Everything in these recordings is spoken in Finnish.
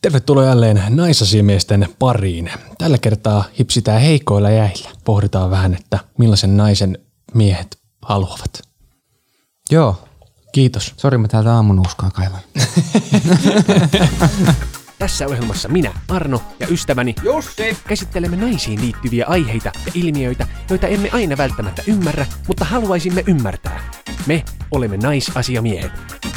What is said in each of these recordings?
Tervetuloa jälleen naisasiamiesten pariin. Tällä kertaa hipsitään heikoilla jäillä. Pohditaan vähän, että millaisen naisen miehet haluavat. Joo. Kiitos. Sori, mä täältä aamunuuskaa kaivan. Tässä ohjelmassa minä, Arno ja ystäväni Jussi käsittelemme naisiin liittyviä aiheita ja ilmiöitä, joita emme aina välttämättä ymmärrä, mutta haluaisimme ymmärtää. Me olemme naisasiamiehet.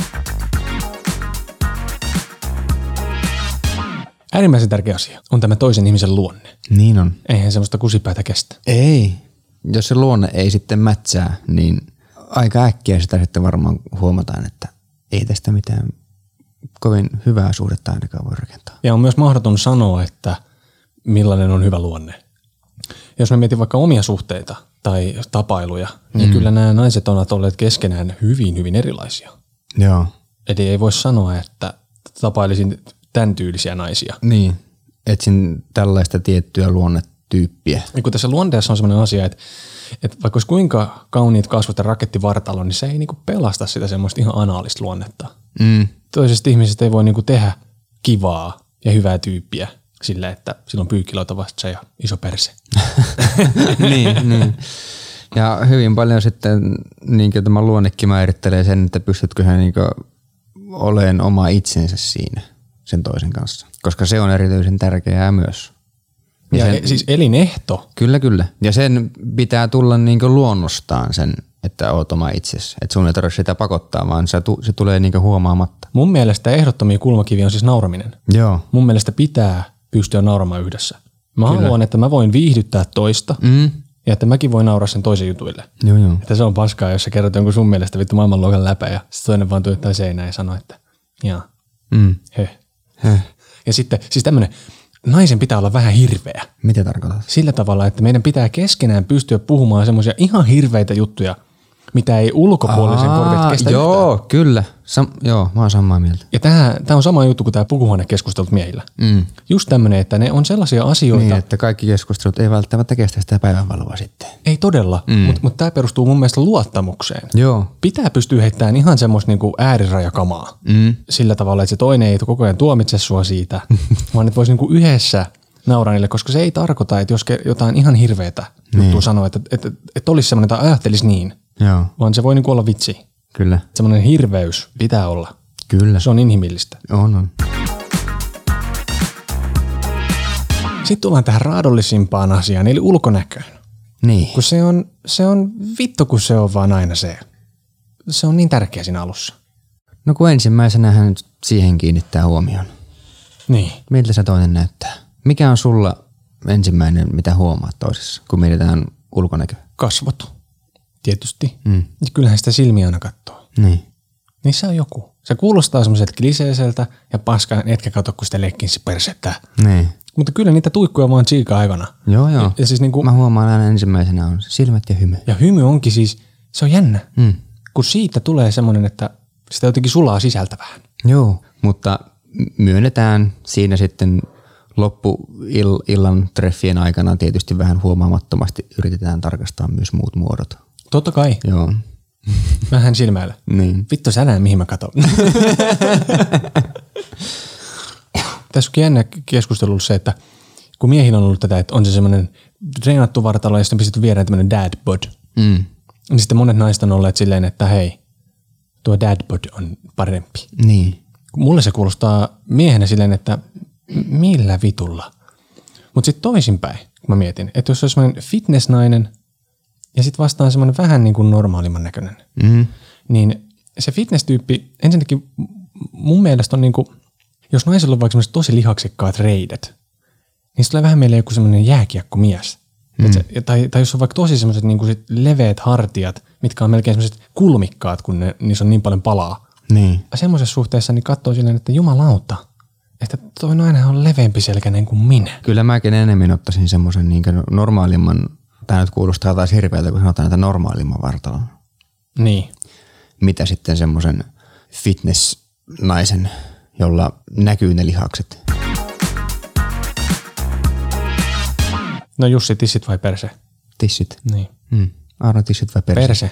Äärimmäisen tärkeä asia on tämä toisen ihmisen luonne. Niin on. Eihän semmoista kusipäätä kestä. Ei. Jos se luonne ei sitten mätsää, niin aika äkkiä sitä sitten varmaan huomataan, että ei tästä mitään kovin hyvää suhdetta ainakaan voi rakentaa. Ja on myös mahdoton sanoa, että millainen on hyvä luonne. Jos mä mietin vaikka omia suhteita tai tapailuja, niin kyllä nämä naiset ovat olleet keskenään hyvin, hyvin erilaisia. Joo. Eli ei voi sanoa, että tapailisin tämän tyylisiä naisia. Niin. Etsin tällaista tiettyä luonnetyyppiä. Ja kun tässä luonteessa on sellainen asia, että vaikka olisi kuinka kauniit kasvot ja rakettivartalo, niin se ei niinku pelasta sitä semmoista ihan anaalista luonnetta. Toisesta ihmisestä ei voi niinku tehdä kivaa ja hyvää tyyppiä sillä, että sillä on pyykkiloita vastassa ja iso perse. niin. Ja hyvin paljon sitten niin tämä luonnekin määrittelee sen, että pystytköhän niin olemaan oma itsensä siinä sen toisen kanssa. Koska se on erityisen tärkeää myös. Ja siis elinehto. Kyllä. Ja sen pitää tulla niin luonnostaan sen, että oot oma itsesi. Että sun ei tarvitse sitä pakottaa, vaan se tulee niin huomaamatta. Mun mielestä ehdottomia kulmakiviä on siis nauraminen. Joo. Mun mielestä pitää pystyä nauramaan yhdessä. Mä haluan, että mä voin viihdyttää toista ja että mäkin voin nauraa sen toisen jutuille. Joo. Että se on paskaa, jos sä kerrot jonkun sun mielestä vittu maailmanluokan läpä ja sitten toinen vaan tuottaa seinään ja sanoo, että jaa, Ja sitten siis tämmönen, naisen pitää olla vähän hirveä. Mitä tarkoitat? Sillä tavalla, että meidän pitää keskenään pystyä puhumaan semmoisia ihan hirveitä juttuja, mitä ei ulkopuolisen korvit kestä Joo, kyllä. Mä oon samaa mieltä. Ja tää on sama juttu kuin tää pukuhuonekeskustelut miehillä. Just tämmönen, että ne on sellaisia asioita. Niin, että kaikki keskustelut ei välttämättä kestä sitä päivänvaloa sitten. Ei todella, mutta tää perustuu mun mielestä luottamukseen. Joo. Pitää pystyä heittämään ihan semmoista niinku äärirajakamaa. Sillä tavalla, että se toinen ei koko ajan tuomitse sua siitä, vaan että voisi niinku yhdessä nauraa niille, koska se ei tarkoita, että jos jotain ihan hirveetä juttua sanoo, että olisi semmoinen tai ajattelisi niin. Joo. Vaan se voi niinku olla vitsi. Kyllä. Semmoinen hirveys pitää olla. Kyllä. Se on inhimillistä. On. Sitten tullaan tähän raadollisimpaan asiaan, eli ulkonäköön. Niin. Kun se on vittu, kun se on vaan aina se. Se on niin tärkeä siinä alussa. No kun ensimmäisenähän siihen kiinnittää huomioon. Niin. Miltä se toinen näyttää? Mikä on sulla ensimmäinen, mitä huomaat toisessa, kun mietitään ulkonäköä? Kasvot. Tietysti. Ja kyllähän sitä silmiä aina katsoo. Niin. Niissä on joku. Se kuulostaa semmoiselta kliseiseltä ja paskaan, etkä katso, kun sitä leikkinsä persettä. Niin. Mutta kyllä niitä tuikkuja vaan tsiikaa aikana. Joo. Ja siis niinku, mä huomaan aina ensimmäisenä on silmät ja hymy. Ja hymy onkin siis, se on jännä. Kun siitä tulee semmoinen, että sitä jotenkin sulaa sisältä vähän. Joo, mutta myönnetään siinä sitten loppuillan treffien aikana tietysti vähän huomaamattomasti yritetään tarkastaa myös muut muodot. Totta kai. Joo. Vähän silmäillä. Niin. Vittu sä näe, mihin mä katon. Tässä onkin jännä keskustelu se, että kun miehillä on ollut tätä, että on se semmoinen treenattu vartalo ja sitten on pistetty viereen tämmöinen dad bod. Niin sitten monet naiset on olleet silleen, että hei, tuo dad bod on parempi. Niin. Mulle se kuulostaa miehenä silleen, että millä vitulla. Mutta sitten toisinpäin, kun mä mietin, että jos olisi semmoinen fitnessnainen ja sitten vastaan semmoinen vähän niin kuin normaalimman näköinen, niin se fitness-tyyppi ensinnäkin mun mielestä on niin kuin, jos naisella on vaikka semmoiset tosi lihaksikkaat reidet, niin se tulee vähän meille joku semmoinen jääkiekkomies. Tai jos on vaikka tosi semmoiset niin kuin leveät hartiat, mitkä on melkein semmoiset kulmikkaat, kun niissä on niin paljon palaa. Niin. Semmoisessa suhteessa niin katsoo silleen, että jumalauta, että toi nainen on leveämpi selkäinen kuin minä. Kyllä mäkin enemmän ottaisin semmoisen niin normaalimman, tämä nyt kuulostaa taas hirveältä, kun sanotaan, että normaalimman vartalon. Niin. Mitä sitten semmoisen fitness-naisen, jolla näkyy ne lihakset. No Jussi, tissit vai perse? Tissit. Niin. Arno, tissit vai perse? Perse.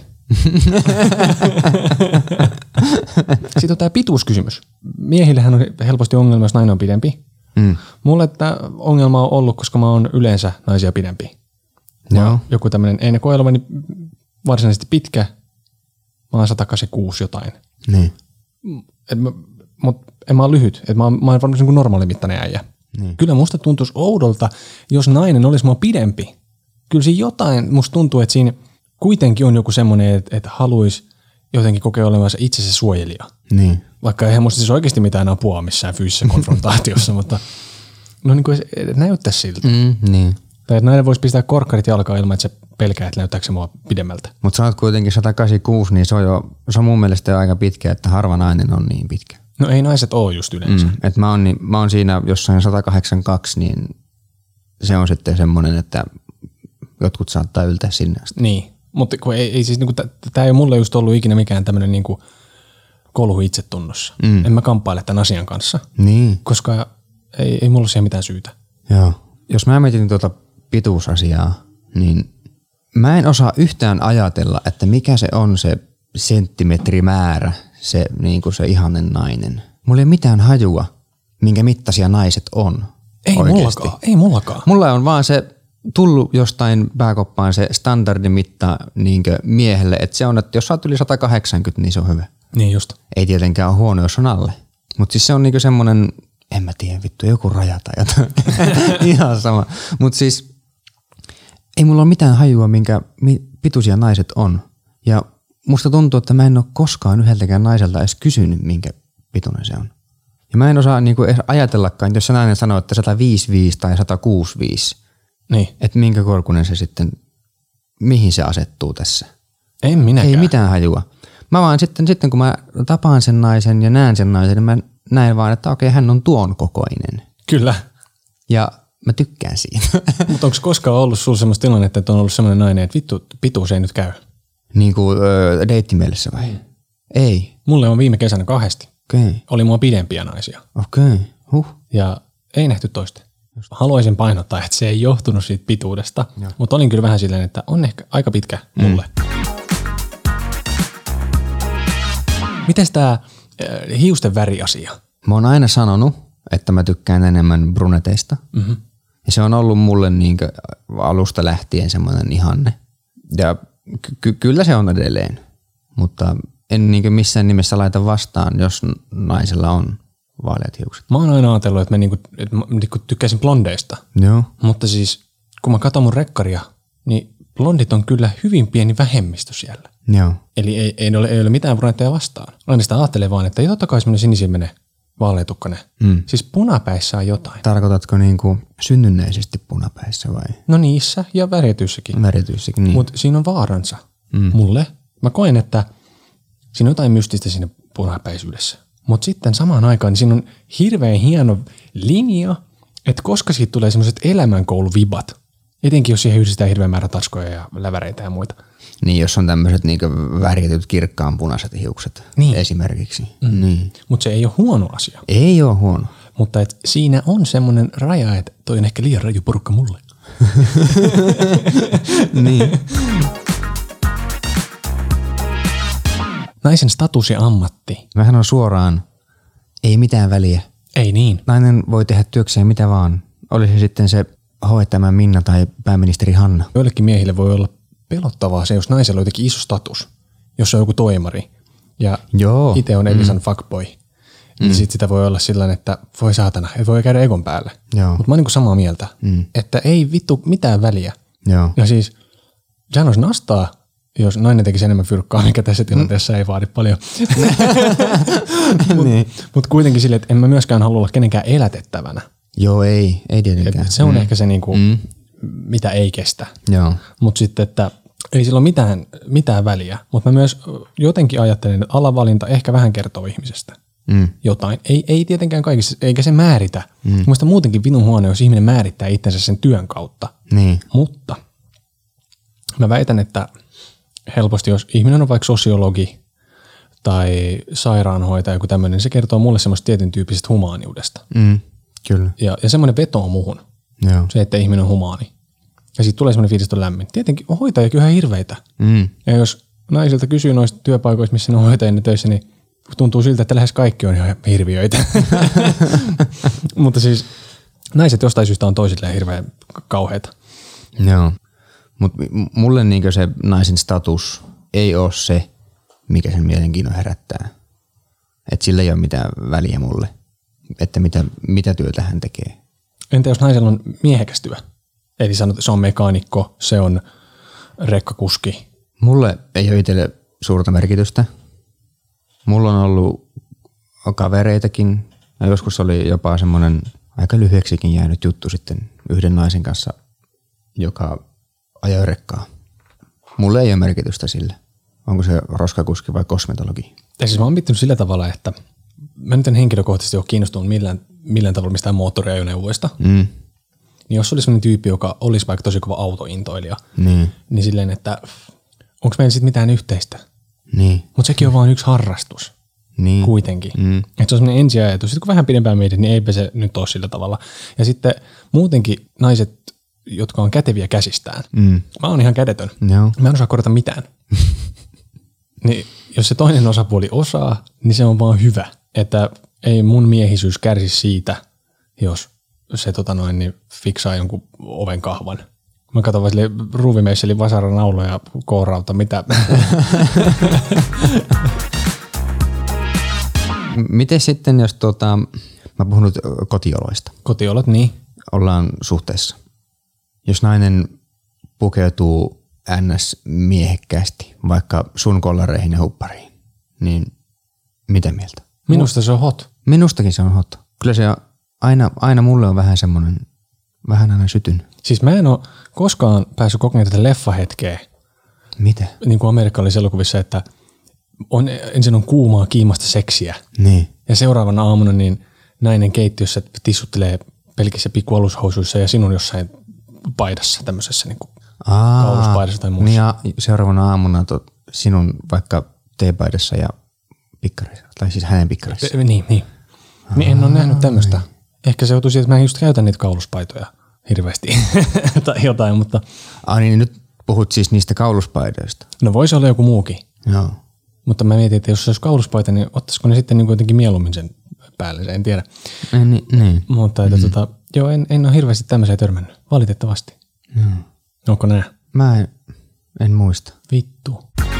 Sitten on tämä pituuskysymys. Miehillähän on helposti ongelma, jos nainen on pidempi. Mulle tämä ongelma on ollut, koska mä oon yleensä naisia pidempi. Joo. Joku tämmönen, ei ne koe olevani varsinaisesti pitkä, mä oon 186 jotain. Niin. Mutta en mä ole lyhyt, että mä oon varmasti niin normaalimittainen äijä. Niin. Kyllä musta tuntuisi oudolta, jos nainen olisi mua pidempi. Kyllä siinä jotain, musta tuntuu, että siinä kuitenkin on joku semmoinen, että haluaisi jotenkin kokea olevansa itsensä suojelija. Niin. Vaikka eihän musta siis oikeasti mitään apua missään fyysisessä konfrontaatiossa, mutta no niin kuin näyttäisi siltä. Niin. Tai että nainen voisi pistää korkkarit jalkaan ilman, että se pelkää, että näyttääkö se mua pidemmältä. Mutta sä oot kuitenkin 186, niin se on mun mielestä jo aika pitkä, että harva nainen on niin pitkä. No ei naiset ole just yleensä. Et mä oon siinä jossain 182, niin se on sitten semmoinen, että jotkut saattaa yltää sinne asti. Niin, mutta kun ei siis niinku, tää ei ole mulle just ollut ikinä mikään tämmönen niinku kolhu itsetunnossa. En mä kamppaile tämän asian kanssa, Niin. koska ei mulla ole siihen mitään syytä. Joo. Jos mä mietin tuota pituusasiaa, niin mä en osaa yhtään ajatella, että mikä se on se senttimetrimäärä, se, niin kuin se ihanen nainen. Mulla ei ole mitään hajua, minkä mittaisia naiset on. Oikeasti. Ei mullakaan. Mulla on vaan se tullut jostain pääkoppaan se standardimitta niinkö miehelle, että se on, että jos sä oot yli 180, niin se on hyvä. Niin just. Ei tietenkään ole huono, jos on alle. Mutta siis se on niinku semmoinen, en mä tiedä, vittu, joku raja tai jotain. Ihan sama. Mutta siis ei mulla ole mitään hajua, minkä pituisia naiset on. Ja musta tuntuu, että mä en ole koskaan yhdeltäkään naiselta edes kysynyt, minkä pituinen se on. Ja mä en osaa niinku edes ajatellakaan, jos se nainen sanoo, että 155 tai 165, Niin. että minkä korkunen se sitten, mihin se asettuu tässä. En minäkään. Ei mitään hajua. Mä vaan sitten kun mä tapaan sen naisen ja näen sen naisen, niin mä näen vaan, että okei, hän on tuon kokoinen. Kyllä. Ja mä tykkään siitä. Mutta onko koskaan ollut sulla semmoista tilannetta, että on ollut semmoinen nainen, että vittu, pituus ei nyt käy? Niin kuin deittimielessä vai? Ei. Mulle on viime kesänä 2. Okei. Oli mua pidempiä naisia. Okei. Ja ei nähty toista. Haluaisin painottaa, että se ei johtunut siitä pituudesta, mutta olin kyllä vähän silleen, että on ehkä aika pitkä mulle. Mites tää hiusten väriasia? Mä oon aina sanonut, että mä tykkään enemmän bruneteista. Ja se on ollut mulle niinkö alusta lähtien semmoinen ihanne. Ja kyllä se on edelleen, mutta en niinkö missään nimessä laita vastaan, jos naisella on vaaleat hiukset. Mä oon aina ajatellut, että mä tykkäisin blondeista. Joo. Mutta siis, kun mä katson mun rekkaria, niin blondit on kyllä hyvin pieni vähemmistö siellä. Joo. Eli ei ole mitään brunetteja vastaan. Aina sitä ajattelee vaan, että totta kai semmoinen sinisilmäinen vaaleatukkainen. Siis punapäissä on jotain. Tarkoitatko niinku synnynnäisesti punapäissä vai? No niissä ja värityissäkin. Värityissäkin, niin. Mutta siinä on vaaransa. Mulle. Mä koen, että siinä on jotain mystistä siinä punapäisyydessä. Mutta sitten samaan aikaan niin siinä on hirveän hieno linja, että koska siitä tulee semmoiset elämänkouluvibat, etenkin jos siihen yhdistetään hirveän määrä tatskoja ja läväreitä ja muita. Niin, jos on tämmöiset niinku värjätyt kirkkaan punaiset hiukset esimerkiksi. Niin. Mutta se ei ole huono asia. Ei ole huono. Mutta et siinä on semmoinen raja, että toi on ehkä liian raju porukka mulle. Niin. Naisen status ja ammatti. Mä sanon suoraan, ei mitään väliä. Ei niin. Nainen voi tehdä työkseen mitä vaan. Oli se sitten se hoitaja Minna tai pääministeri Hanna. Joillekin miehille voi olla pelottavaa se, jos naisella on jotenkin iso status, jos on joku toimari. Ja itse on Elisan fuckboy. Niin sit sitä voi olla sillain, että voi saatana, että voi käydä egon päälle. Mutta mä oon niinku samaa mieltä, että ei vittu mitään väliä. Joo. Ja siis sehän olisi nastaa, jos nainen tekisi enemmän fyrkkaa, mikä tässä tilanteessa ei vaadi paljon. Mutta kuitenkin silleen, että en mä myöskään halua olla kenenkään elätettävänä. Joo, ei tietenkään. Se on ehkä se, niinku, mitä ei kestä. Mutta sitten, että ei sillä ole mitään väliä. Mutta mä myös jotenkin ajattelen, että alavalinta ehkä vähän kertoo ihmisestä. Jotain. Ei tietenkään kaikissa, eikä se määritä. Mielestäni muutenkin vitun huono, jos ihminen määrittää itsensä sen työn kautta. Niin. Mutta mä väitän, että helposti, jos ihminen on vaikka sosiologi tai sairaanhoitaja, joku tämmöinen, niin se kertoo mulle semmoista tietyn tyyppisestä humaaniudesta. Kyllä. Ja semmoinen vetoo muhun. Joo. Se, että ihminen on humaani. Ja siitä tulee semmoinen fiilis, että on lämmin. Tietenkin on hoitajakin ihan hirveitä. Ja jos naisilta kysyy noista työpaikoista, missä ne on hoitajien töissä, niin tuntuu siltä, että lähes kaikki on ihan hirviöitä. Mutta siis naiset jostain syystä on toisilleen hirveän kauheita. Joo, mutta mulle niinkö se naisen status ei ole se, mikä sen mielenkiinnon herättää. Että sillä ei ole mitään väliä mulle, että mitä työtä hän tekee. Entä jos naisella on miehekäs työ? Eli sanot, se on mekaanikko, se on rekkakuski. Mulle ei ole itselle suurta merkitystä. Mulla on ollut kavereitakin. Ja joskus oli jopa semmoinen aika lyhyeksikin jäänyt juttu sitten yhden naisen kanssa, joka ajoi rekkaa. Mulle ei ole merkitystä sille. Onko se roskakuski vai kosmetologi? Ja siis mä oon miettinyt sillä tavalla, että mä nyt en henkilökohtaisesti ole kiinnostunut millään tavalla mistään moottoriajoneuvoista. Niin jos olisi sellainen tyyppi, joka olisi vaikka tosi kova autointoilija, niin silleen, että onko meillä sitten mitään yhteistä? Niin. Mutta sekin on vaan yksi harrastus. Niin. Kuitenkin. Että se on sellainen ensiajatus. Sitten kun vähän pidempään mietit, niin eipä se nyt ole sillä tavalla. Ja sitten muutenkin naiset, jotka on käteviä käsistään. Mä oon ihan kädetön. Joo. Mä en osaa korjata mitään. Niin jos se toinen osapuoli osaa, niin se on vaan hyvä. Että ei mun miehisyys kärsi siitä, jos se niin fiksaa jonkun oven kahvan. Mä katson vaan silleen ruuvimeisseli vasaranaulo ja koorauta, mitä. Miten sitten, jos mä puhun nyt kotioloista. Kotiolot, niin. Ollaan suhteessa. Jos nainen pukeutuu NS-miehekkäästi, vaikka sun kollareihin ja huppariin, niin mitä mieltä? Minusta se on hot. Minustakin se on hot. Kyllä se aina mulle on vähän semmoinen, vähän aina sytyn. Siis mä en ole koskaan päässyt kokemaan tätä leffahetkeä. Mitä? Niin kuin amerikkalaisissa elokuvissa, että ensin on kuumaa, kiimasta seksiä. Niin. Ja seuraavana aamuna niin nainen keittiössä tissuttelee pelkissä pikkualushousuissa ja sinun jossain paidassa, tämmöisessä niin kuin kauluspaidassa tai muussa. Niin ja seuraavana aamuna sinun vaikka teepaidassa ja pikkareissa, tai siis hänen pikkareissa. Niin. Niin en ole nähnyt tämmöistä. Ehkä se joutuu siihen, että mä just käytän niitä kauluspaitoja hirveästi tai jotain, mutta. Niin nyt puhut siis niistä kauluspaidoista. No voisi olla joku muukin. Joo. Mutta mä mietin, että jos se olisi kauluspaita, niin ottaisiko ne sitten niin jotenkin mieluummin sen päälle, en tiedä. Niin. Mutta että joo, en ole hirveästi tämmöiseen törmännyt, valitettavasti. Onko nää? Mä en muista. Vittu.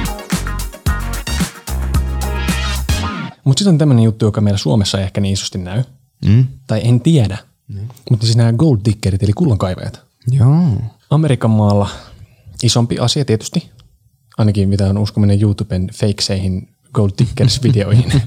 Mutta sitten on tämmöinen juttu, joka meillä Suomessa ei ehkä niin isosti näy. Tai en tiedä. Mutta siis nämä gold diggerit, eli kullankaivajat. Joo. Amerikan maalla isompi asia tietysti. Ainakin mitä on uskominen YouTuben fakeseihin gold diggers-videoihin.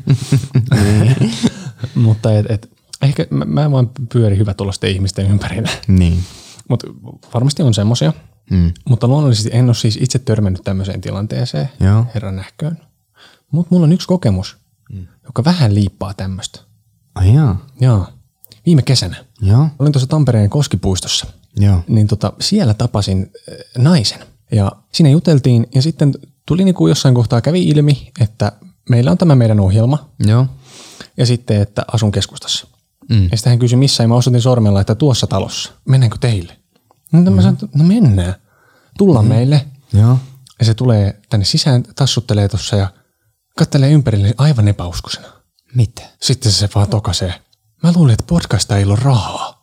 Mutta ehkä mä vaan pyörin hyvätuloisten ihmisten ympärillä. Niin. Mutta varmasti on semmoisia. Mutta luonnollisesti en ole siis itse törmännyt tämmöiseen tilanteeseen. Joo. Herran nähköön. Mutta mulla on yksi kokemus, joka vähän liippaa tämmöistä. Ai jaa. Joo. Viime kesänä. Joo. Olin tuossa Tampereen Koskipuistossa. Joo. Niin siellä tapasin naisen. Ja siinä juteltiin ja sitten tuli niin kuin jossain kohtaa kävi ilmi, että meillä on tämä meidän ohjelma. Joo. Ja sitten, että asun keskustassa. Ja sitten hän kysyi missä ja mä osoitin sormella, että tuossa talossa. Mennäänkö teille? No mä sanoin, että no mennään. Tullaan meille. Joo. Ja se tulee tänne sisään, tassuttelee tuossa ja kattelee ympärille aivan epäuskoisena. Mitä? Sitten se vaan tokasee. Mä luulin, että podcasta ei ole rahaa.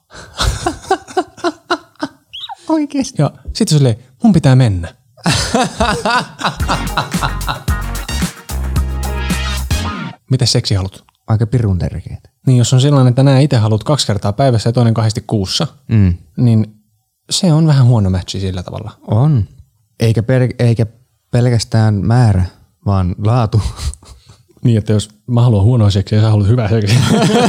Oikeesti? Ja sitten se silleen, mun pitää mennä. Mitäs seksi haluat? Aika pirun tärkeitä. Niin jos on sellainen, että nää itse haluat 2 kertaa päivässä ja toinen 2 kuussa, niin se on vähän huono matchi sillä tavalla. On. Eikä pelkästään määrä, vaan laatu. Niin, että jos mä haluan huonoa seksiä ja sä haluat hyvää seksiä.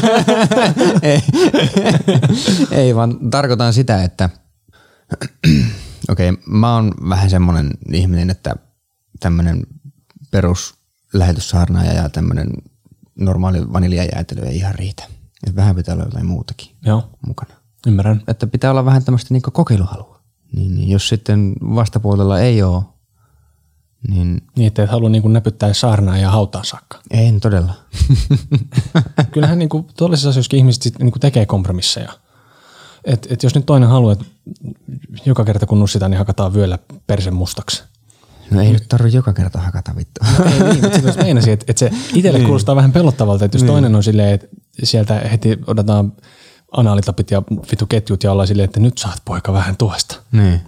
Ei, vaan tarkoitan sitä, että okei, mä oon vähän semmonen ihminen, että tämmönen peruslähetyssaarnaaja ja tämmönen normaali vaniljajäätely ei ihan riitä. Et vähän pitää olla jotain muutakin mukana. Ymmärrän. Että pitää olla vähän tämmöistä niinku kokeiluhalua. Niin, jos sitten vastapuolella ei ole, niin että et halua niinku näpyttää saarnaa ja hautaan saakka. En todella. Kyllähän niinku tuollaisissa asioissa ihmiset sit niinku tekee kompromisseja. Et jos nyt toinen haluaa, että joka kerta kun nussitaan, niin hakataan vyöllä persen mustaksi. No ei nyt tarvitse joka kerta hakata vittu. No ei niin, mutta sitten meinasin, että se itselle kuulostaa vähän pelottavalta, että jos toinen on silleen, että sieltä heti otetaan anaalitapit ja vitu ketjut ja ollaan silleen, että nyt saat poika vähän tuosta. Niin.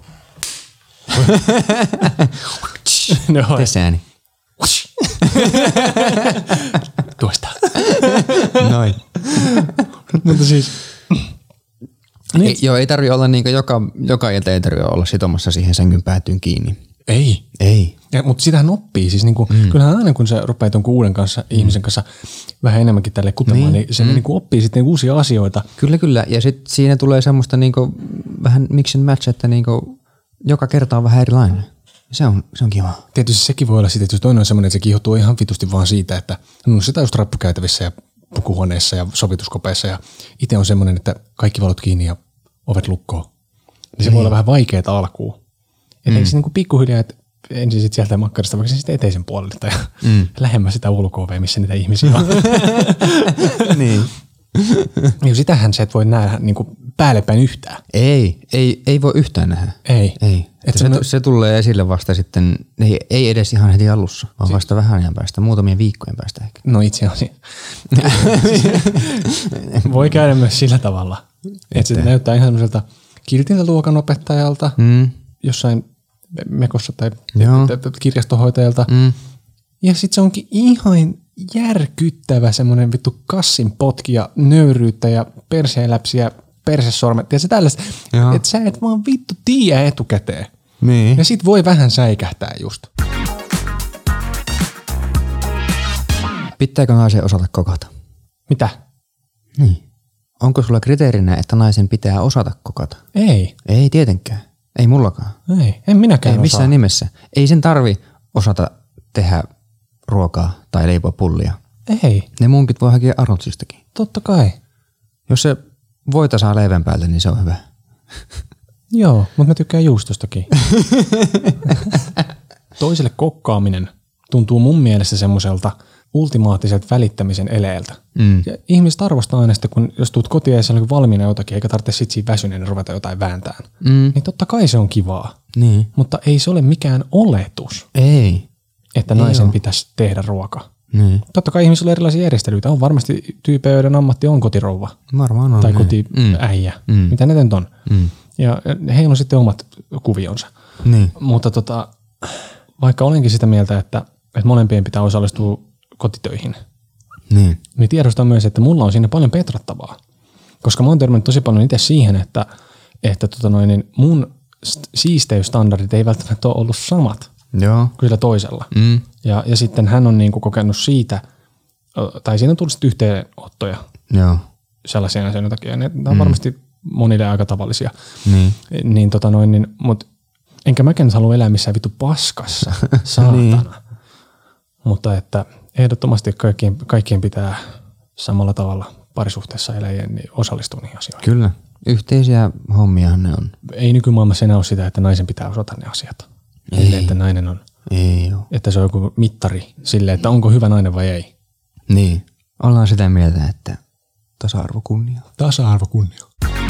No, Tee se ääni. tuosta. Noin. Mutta siis... Niin. Ei tarvitse olla niinku joka ilta ei tarvitse olla sitomassa siihen sängyn päätyyn kiinni. Ei. Mutta sitähän oppii. Siis niinku, kyllähän aina kun sä rupeat jonkun uuden kanssa, ihmisen kanssa vähän enemmänkin tälle kutemaan, niin se niinku oppii sitten niinku uusia asioita. Kyllä. Ja sitten siinä tulee semmoista niinku, vähän mix and match, että niinku, joka kerta on vähän erilainen. Se on kiva. Tietysti sekin voi olla sitten, että jos toinen on semmoinen, että se kiihottuu ihan vitusti vaan siitä, että no sitä just rappukäytävissä ja pukuhuoneissa ja sovituskopeissa ja itse on semmoinen, että kaikki valot kiinni ja ovet lukkoon. Niin se voi olla vähän vaikeaa alkuun. Että eikö se niinku pikkuhiljaa, että ensin sitten sieltä makkarista, vaikka se sitten eteisen puolelle tai lähemmäs sitä ulko-ovea, missä niitä ihmisiä on. Niin. Ja sitähän se et voi nähdä niinku päälle päin yhtään. Ei voi yhtään nähdä. Ei. Se tulee esille vasta sitten, ei edes ihan heti alussa, vaan vasta vähän ajan päästä, muutamien viikkojen päästä ehkä. No itse asiassa. Voi käydä myös sillä tavalla, että se näyttää ihan semmoiselta kiltiltä luokanopettajalta, jossain mekossa tai kirjastohoitajalta. Ja sitten se onkin ihan järkyttävä semmoinen vittu kassin potkija, nöyryyttä ja perseenläpsiä, persesormet. Ja se tällaista, että sä et vaan vittu tiedä etukäteen. Niin. Ja sit voi vähän säikähtää just. Pitääkö naisen osata kokata? Mitä? Niin. Onko sulla kriteerinä, että naisen pitää osata kokata? Ei. Ei tietenkään. Ei mullakaan. Ei. En minäkään Ei missään nimessä. Ei sen tarvi osata tehdä ruokaa tai leipoa pullia. Ei. Ne munkit voi hakea Arnoldsistakin. Totta kai. Jos se voita saa leivän päältä, niin se on hyvä. Joo, mutta mä tykkään juustostakin. Toiselle kokkaaminen tuntuu mun mielestä semmoiselta ultimaattiselta välittämisen eleeltä. Ja ihmiset arvostaa aina sitä, kun jos tuut kotiin ja siellä on valmiina jotakin, eikä tarvitse sit siinä väsyneen ruveta jotain vääntään. Niin totta kai se on kivaa. Niin. Mutta ei se ole mikään oletus, Ei. että naisen pitäisi tehdä ruoka. Niin. Totta kai ihmisillä on erilaisia järjestelyitä. On varmasti tyyppejä, joiden ammatti on kotirouva. Varmaan on. Tai kotiäijä. Mitä ne nyt on. Ja heillä on sitten omat kuvionsa. Niin. Mutta vaikka olenkin sitä mieltä, että molempien pitää osallistua kotitöihin, niin tiedostan myös, että mulla on siinä paljon petrattavaa. Koska mä oon törmännyt tosi paljon itse siihen, että mun siisteysstandardit ei välttämättä ole ollut samat kuin sillä toisella. Ja sitten hän on niinku kokenut siitä, tai siinä on tullut yhteenottoja sellaisia asioiden takia. Ne on varmasti monille aika tavallisia. Mutta enkä mäkään halua elää missään vittu paskassa, saatana. Mutta että ehdottomasti kaikkien pitää samalla tavalla parisuhteessa eläjien niin osallistua niihin asioihin. Kyllä. Yhteisiä hommiahan ne on. Ei nykymaailmassa enää ole sitä, että naisen pitää osata ne asiat. Ei. Että nainen on. Ei ole. Että se on joku mittari sille, että onko hyvä nainen vai ei. Niin. Ollaan sitä mieltä, että tasa-arvo kunnia. Tasa-arvo kunnia.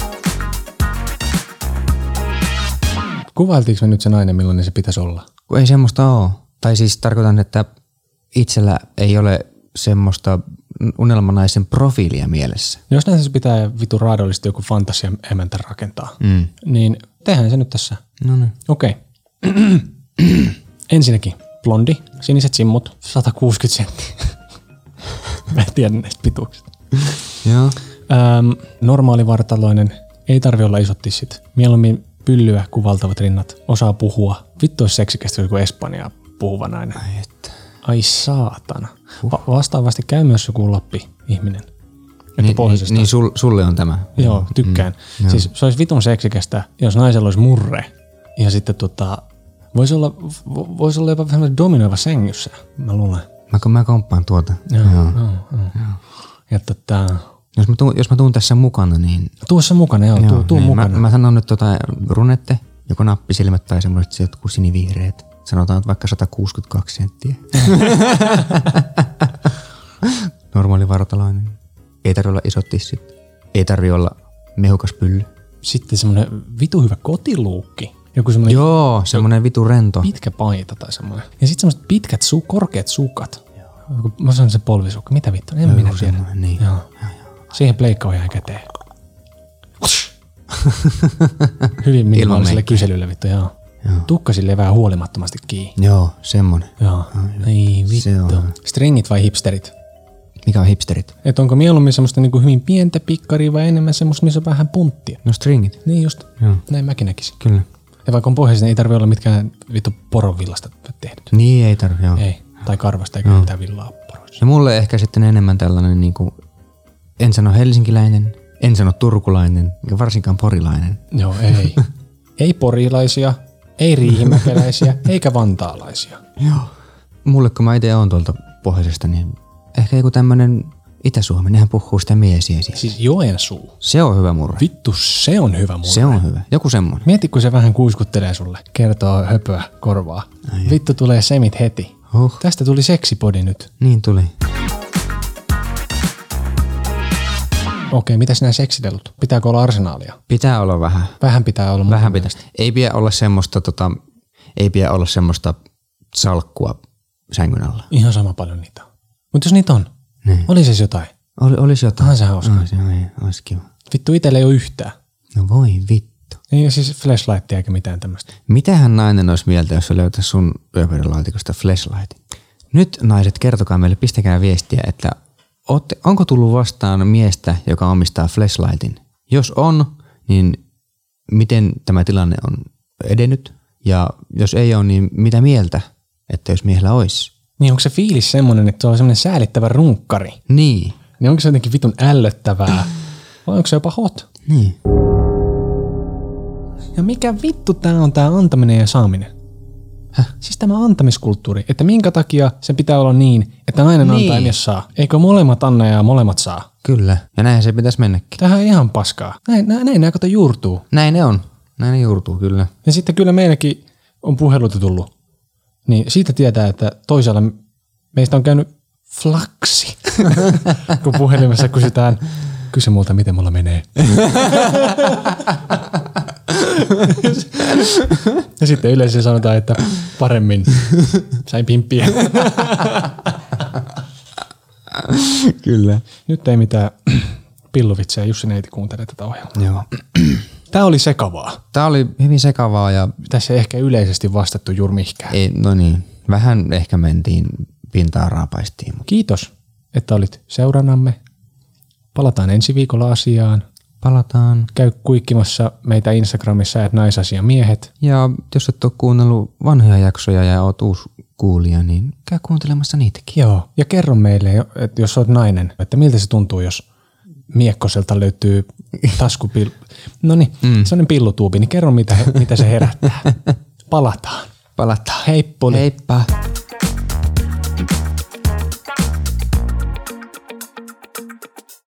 Kuvailtiinko me nyt se nainen, millainen se pitäisi olla? Ei semmoista ole. Tai siis tarkoitan, että itsellä ei ole semmoista unelmanaisen profiilia mielessä. Jos näin se pitää vitu raadollisesti joku fantasia emäntä rakentaa, niin tehdään se nyt tässä. No niin. Okei. Ensinnäkin blondi, siniset simmut, 160 senttiä. Mä en tiedä näistä pituuksista. Joo. Normaalivartaloinen, ei tarvi olla isot tissit. Mieluummin pyllyä kuvaltavat rinnat, osaa puhua. Vittu olisi seksikästä kuin Espanjaa puhuva nainen. Ai saatana. Vastaavasti käy myös joku Lappi-ihminen. Niin sulle on tämä. Joo, tykkään. Siis se olisi vitun seksikästä, jos naisella olisi murre. Ja sitten voisi olla jopa vähän dominoiva sängyssä, mä luulen. Mä komppaan tuota. Joo. Ja Jos mä tuun tässä mukana, niin... Tuossa mukana, tuu niin, mukana. Mä sanon nyt brunette, joko nappisilmät tai semmoiset jotkut sinivihreät. Sanotaan vaikka 162 senttiä. Normaali vartalainen. Ei tarvitse olla isot tissit. Ei tarvitse olla mehukas pylly. Sitten semmoinen vitu hyvä kotiluukki. Joku semmoinen... Joo, semmoinen vitu rento. Pitkä paita tai semmoinen. Ja sitten semmoiset pitkät, korkeat sukat. Mä sanon se polvisukka. Mitä vittu? En minä tiedä. Niin. Joo. Siihen pleikka on ihan käteen. Hyvin minimaaliselle kyselylle vittu, joo. Tukka silleen vähän huolimattomasti kiinni. Joo, semmonen. Joo. Ei vittu. Stringit vai hipsterit? Mikä on hipsterit? Et onko mieluummin semmoista niinku hyvin pientä pikkaria vai enemmän semmoista, missä on vähän punttia? No stringit. Niin just. Joo. Näin mäkin näkisin. Kyllä. Ja vaikka on pohjaisin, niin ei tarvitse olla mitkään vittu poronvillasta tehnyt. Niin ei tarvitse, joo. Ei. Tai karvasta eikä mitään villaa poroissa. Ja mulle ehkä sitten enemmän tällainen niinku, en sano helsinkiläinen, en sano turkulainen, ja varsinkaan porilainen. Joo, ei. Ei porilaisia, ei riihimäkeläisiä, eikä vantaalaisia. Joo. Mulle kun mä itse oon tuolta pohjoisesta, niin ehkä joku tämmönen Itä-Suomi, nehän puhuu sitä miesiä siellä. Siis Joensuu. Se on hyvä murre. Vittu, se on hyvä murre. Se on hyvä. Joku semmonen. Mieti, kun se vähän kuiskuttelee sulle, kertoo höpöä korvaa. Vittu tulee semit heti. Tästä tuli seksipodi nyt. Niin tuli. Okei, mitäs nämä seksitellut? Pitääkö olla arsenaalia? Pitää olla vähän. Vähän pitää olla. Vähän pitää. Ei pidä olla semmoista salkkua sängyn alla. Ihan sama paljon niitä on. Mutta jos niitä on, niin. Olisi se jotain. Olisi jotain. Onhan se hauska. Olisi kiva. Vittu, itsellä ei ole yhtään. No voi vittu. Ei ole siis flashlightia eikä mitään tämmöistä. Mitähän nainen olisi mieltä, jos se löytäisi sun yöpöydänlaatikosta flashlightin? Nyt naiset, kertokaa meille, pistäkää viestiä, että onko tullut vastaan miestä, joka omistaa flashlightin? Jos on, niin miten tämä tilanne on edennyt? Ja jos ei ole, niin mitä mieltä, että jos miehellä olisi? Niin onko se fiilis semmoinen, että se on semmoinen säälittävä runkkari? Niin. Niin onko se jotenkin vitun ällöttävää? Vai onko se jopa hot? Niin. Ja mikä vittu tää on tää antaminen ja saaminen? Siis tämä antamiskulttuuri, että minkä takia sen pitää olla niin, että nainen antaa ja mies saa. Eikö molemmat anna ja molemmat saa? Kyllä. Ja näinhän se pitäisi mennäkin. Tämähän on ihan paskaa. Näin nämä kato juurtuu. Näin ne on. Näin ne juurtuu, kyllä. Ja sitten kyllä meilläkin on puheluita tullut. Niin siitä tietää, että toisaalla meistä on käynyt flaksi, kun puhelimessa kysytään, kysy multa, miten mulla menee. Ja sitten yleensä sanotaan, että paremmin sain pimppiä. Kyllä. Nyt ei mitään pilluvitseja, Jussi neiti kuuntelee tätä ohjelmaa. Joo. Tää oli sekavaa. Tää oli hyvin sekavaa ja... Tässä ei ehkä yleisesti vastattu juuri mihinkään. Ei, no niin, vähän ehkä mentiin, pintaa raapaistiin. Mutta... Kiitos, että olit seurannamme. Palataan ensi viikolla asiaan. Palataan. Käy kuikkimassa meitä Instagramissa @naisasiamiehet. Ja jos et ole kuunnellut vanhoja jaksoja ja oot uusi kuulija, niin käy kuuntelemassa niitäkin. Joo, ja kerro meille, että jos oot nainen, että miltä se tuntuu, jos miekkoselta löytyy sellainen pillutuubi, niin kerro mitä se herättää. Palataan. Palataan. Heippuli. Heippa.